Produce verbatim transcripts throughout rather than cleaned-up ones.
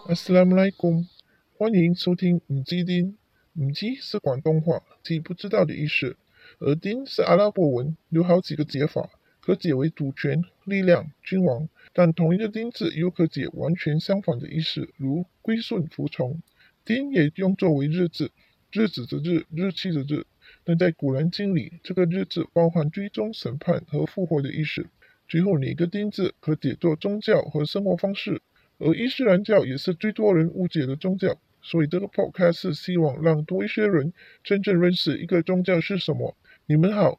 Assalamualaikum，欢迎收听唔知丁。唔知是广东话，即不知道的意思，而丁是阿拉伯文，有好几个解法，可解为主权、力量、君王，但同一个丁字又可解完全相反的意思，如归顺、服从。丁也用作为日字，日子的日，日期的日，但在古兰经里，这个日字包含追踪、审判和复活的意思。最后，哪个丁字可解作宗教和生活方式。而伊斯兰教也是最多人误解的宗教，所以这个 podcast 是希望让多一些人真正认识一个宗教是什么。你们好。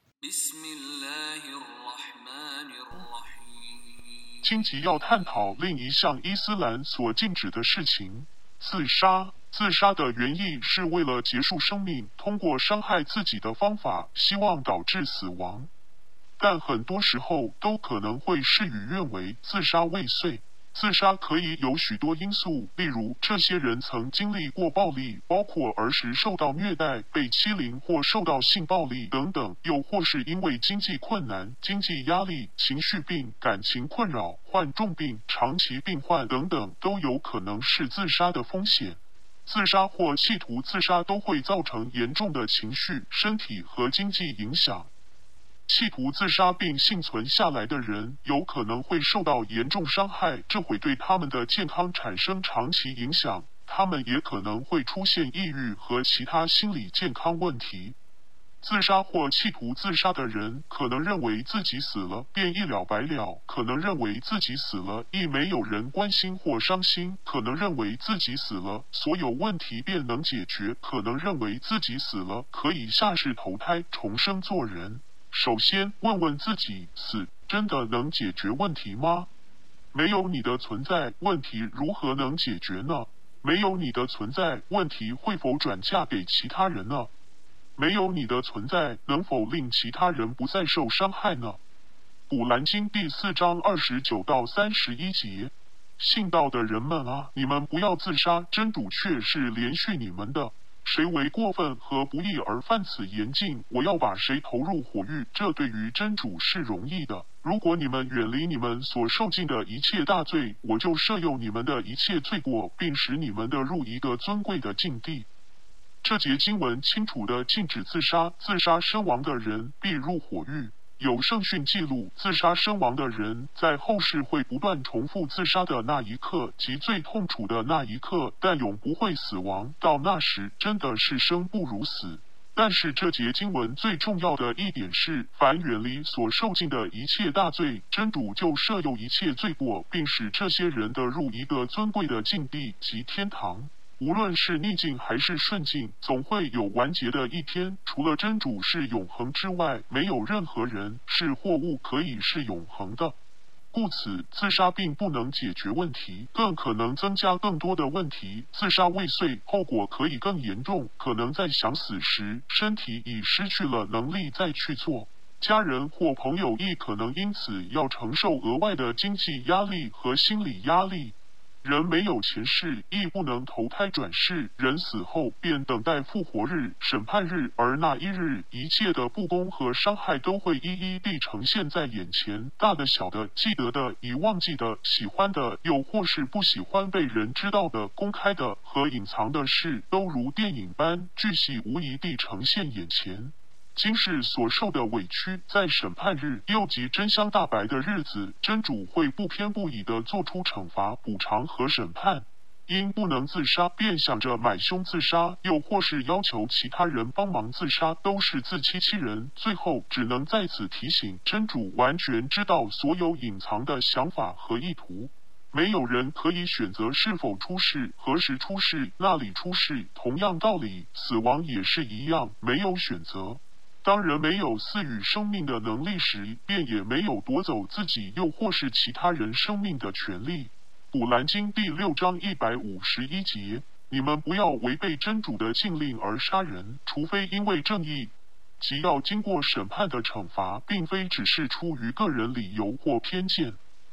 今集要探讨另一项伊斯兰所禁止的事情——自杀。自杀的原意是为了结束生命，通过伤害自己的方法，希望导致死亡。但很多时候都可能会事与愿违，自杀未遂。自杀可以有许多因素，例如这些人曾经历过暴力，包括儿时受到虐待、被欺凌或受到性暴力等等，又或是因为经济困难、经济压力、情绪病、感情困扰、患重病、长期病患等等，都有可能是自杀的风险。自杀或企图自杀都会造成严重的情绪、身体和经济影响。企图自杀并幸存下来的人有可能会受到严重伤害，这会对他们的健康产生长期影响，他们也可能会出现抑郁和其他心理健康问题。自杀或企图自杀的人可能认为自己死了便一了百了，可能认为自己死了亦没有人关心或伤心，可能认为自己死了所有问题便能解决，可能认为自己死了可以下世投胎重生做人。首先问问自己，死真的能解决问题吗？没有你的存在，问题如何能解决呢？没有你的存在，问题会否转嫁给其他人呢？没有你的存在，能否令其他人不再受伤害呢？古兰经第四章二十九到三十一节，信道的人们啊，你们不要自杀，真主却是怜恤你们的。谁为过分和不义而犯此言禁，我要把谁投入火狱，这对于真主是容易的。如果你们远离你们所受尽的一切大罪，我就赦宥你们的一切罪过，并使你们的入一个尊贵的境地。这节经文清楚地禁止自杀，自杀身亡的人必入火狱。有圣训记录，自杀身亡的人在后世会不断重复自杀的那一刻及最痛楚的那一刻，但永不会死亡。到那时，真的是生不如死。但是这节经文最重要的一点是，凡远离所受尽的一切大罪，真主就赦宥一切罪过，并使这些人得入一个尊贵的境地及天堂。无论是逆境还是顺境，总会有完结的一天。除了真主是永恒之外，没有任何人是或物可以是永恒的。故此，自杀并不能解决问题，更可能增加更多的问题。自杀未遂，后果可以更严重，可能在想死时，身体已失去了能力再去做。家人或朋友亦可能因此要承受额外的经济压力和心理压力。人没有前世，亦不能投胎转世，人死后便等待复活日、审判日，而那一日，一切的不公和伤害都会一一地呈现在眼前，大的小的，记得的、已忘记的、喜欢的，又或是不喜欢被人知道的、公开的和隐藏的事，都如电影般巨细无遗地呈现眼前。今世所受的委屈，在审判日又即真相大白的日子，真主会不偏不倚地做出惩罚、补偿和审判。因不能自杀，便想着买凶自杀，又或是要求其他人帮忙自杀，都是自欺欺人。最后只能在此提醒，真主完全知道所有隐藏的想法和意图。没有人可以选择是否出世、何时出世、那里出世。同样道理，死亡也是一样，没有选择。当人没有赐予生命的能力时，便也没有夺走自己又或是其他人生命的权利。古兰经第六章一百五十一节，你们不要违背真主的禁令而杀人，除非因为正义，即要经过审判的惩罚，并非只是出于个人理由或偏见。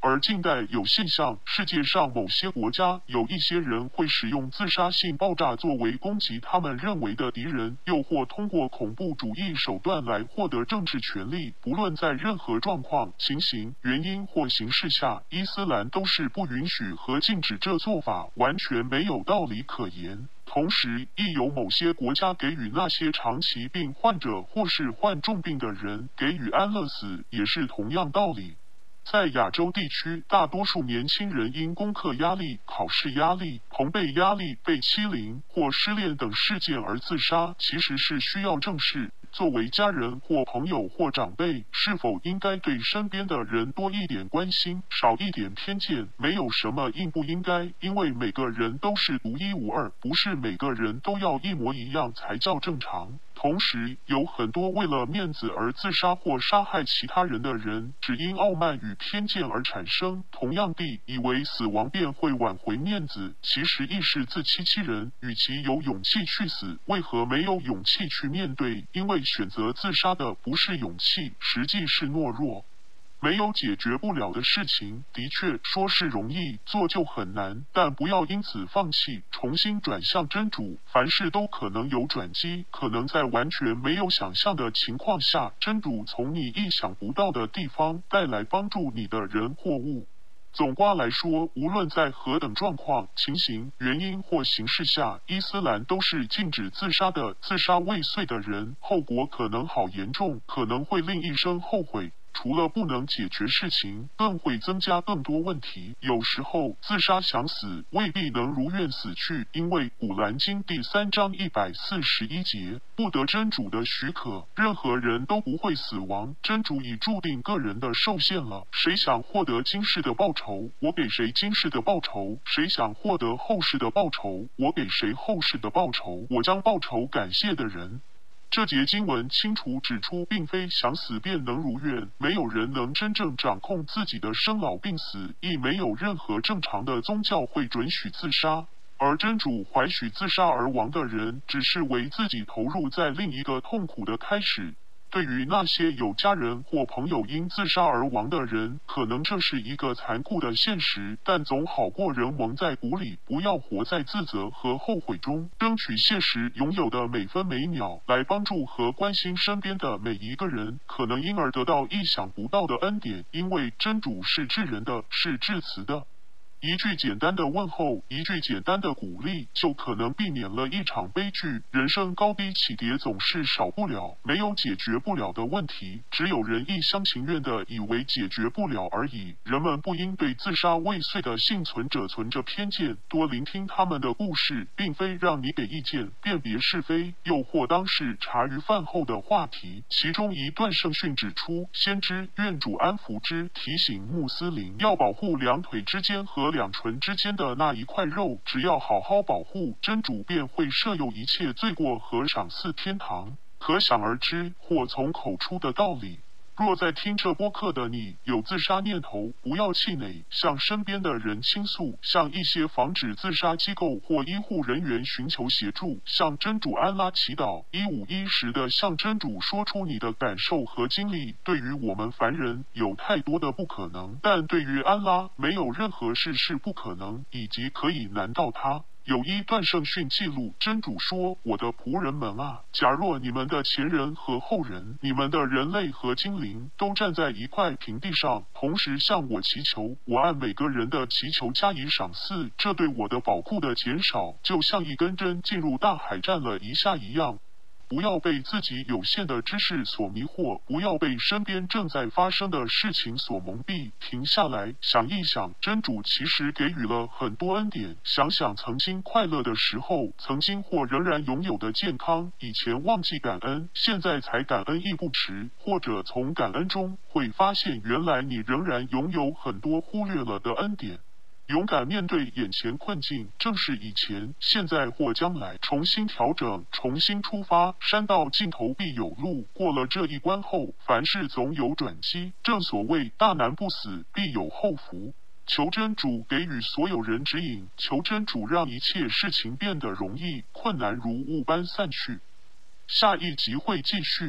而近代有现象，世界上某些国家有一些人会使用自杀性爆炸作为攻击他们认为的敌人，又或通过恐怖主义手段来获得政治权利。不论在任何状况、情形、原因或形式下，伊斯兰都是不允许和禁止这做法，完全没有道理可言。同时，亦有某些国家给予那些长期病患者或是患重病的人给予安乐死，也是同样道理。在亚洲地区，大多数年轻人因功课压力、考试压力、朋辈压力、被欺凌或失恋等事件而自杀，其实是需要正视。作为家人或朋友或长辈，是否应该对身边的人多一点关心，少一点偏见？没有什么应不应该，因为每个人都是独一无二，不是每个人都要一模一样才叫正常。同时，有很多为了面子而自杀或杀害其他人的人，只因傲慢与偏见而产生。同样地，以为死亡便会挽回面子，其实亦是自欺欺人。与其有勇气去死，为何没有勇气去面对？因为选择自杀的不是勇气，实际是懦弱。没有解决不了的事情，的确说是容易，做就很难，但不要因此放弃，重新转向真主。凡事都可能有转机，可能在完全没有想象的情况下，真主从你意想不到的地方带来帮助你的人或物。总括来说，无论在何等状况、情形、原因或形式下，伊斯兰都是禁止自杀的。自杀未遂的人，后果可能好严重，可能会令一生后悔。除了不能解决事情，更会增加更多问题。有时候自杀想死，未必能如愿死去，因为古兰经第三章一百四十一节，不得真主的许可，任何人都不会死亡。真主已注定个人的受限了。谁想获得今世的报酬，我给谁今世的报酬；谁想获得后世的报酬，我给谁后世的报酬。我将报酬感谢的人。这节经文清楚指出，并非想死便能如愿，没有人能真正掌控自己的生老病死，亦没有任何正常的宗教会准许自杀。而真主怀许自杀而亡的人，只是为自己投入在另一个痛苦的开始。对于那些有家人或朋友因自杀而亡的人，可能这是一个残酷的现实，但总好过人蒙在鼓里。不要活在自责和后悔中，争取现实拥有的每分每秒，来帮助和关心身边的每一个人，可能因而得到意想不到的恩典，因为真主是至仁的，是至慈的。一句简单的问候，一句简单的鼓励，就可能避免了一场悲剧。人生高低起跌总是少不了，没有解决不了的问题，只有人一厢情愿的以为解决不了而已。人们不应对自杀未遂的幸存者存着偏见，多聆听他们的故事，并非让你给意见、辨别是非，又或当是茶余饭后的话题。其中一段圣训指出，先知愿主安抚之，提醒穆斯林要保护两腿之间和两唇之间的那一块肉，只要好好保护，真主便会赦宥一切罪过和赏赐天堂。可想而知，或从口出的道理。若在听这播客的你有自杀念头，不要气馁，向身边的人倾诉，向一些防止自杀机构或医护人员寻求协助，向真主安拉祈祷，一五一十的向真主说出你的感受和经历。对于我们凡人，有太多的不可能，但对于安拉，没有任何事是不可能，以及可以难到他。有一段圣训记录，真主说：我的仆人们啊，假若你们的前人和后人，你们的人类和精灵，都站在一块平地上，同时向我祈求，我按每个人的祈求加以赏赐，这对我的宝库的减少，就像一根针进入大海站了一下一样。不要被自己有限的知识所迷惑，不要被身边正在发生的事情所蒙蔽。停下来，想一想，真主其实给予了很多恩典。想想曾经快乐的时候，曾经或仍然拥有的健康，以前忘记感恩，现在才感恩亦不迟。或者从感恩中会发现，原来你仍然拥有很多忽略了的恩典。勇敢面对眼前困境，正是以前、现在或将来，重新调整、重新出发。山到尽头必有路，过了这一关后，凡事总有转机。正所谓大难不死，必有后福。求真主给予所有人指引，求真主让一切事情变得容易，困难如雾般散去。下一集会继续。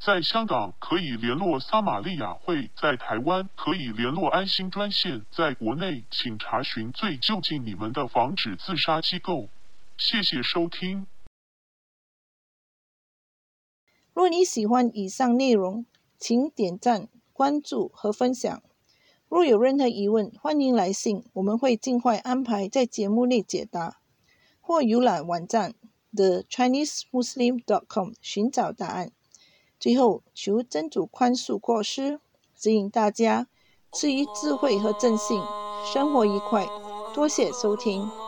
在香港可以联络撒玛利亚会，在台湾可以联络安心专线，在国内请查询最就近你们的防止自杀机构。谢谢收听。 若你喜欢以上内容，请点赞、关注和分享。若有任何疑问，欢迎来信，我们会尽快安排在节目内解答，或浏览网站 the chinese muslim dot com 寻找答案。最后，求真主宽恕过失，指引大家赐予智慧和正信，生活愉快。多谢收听。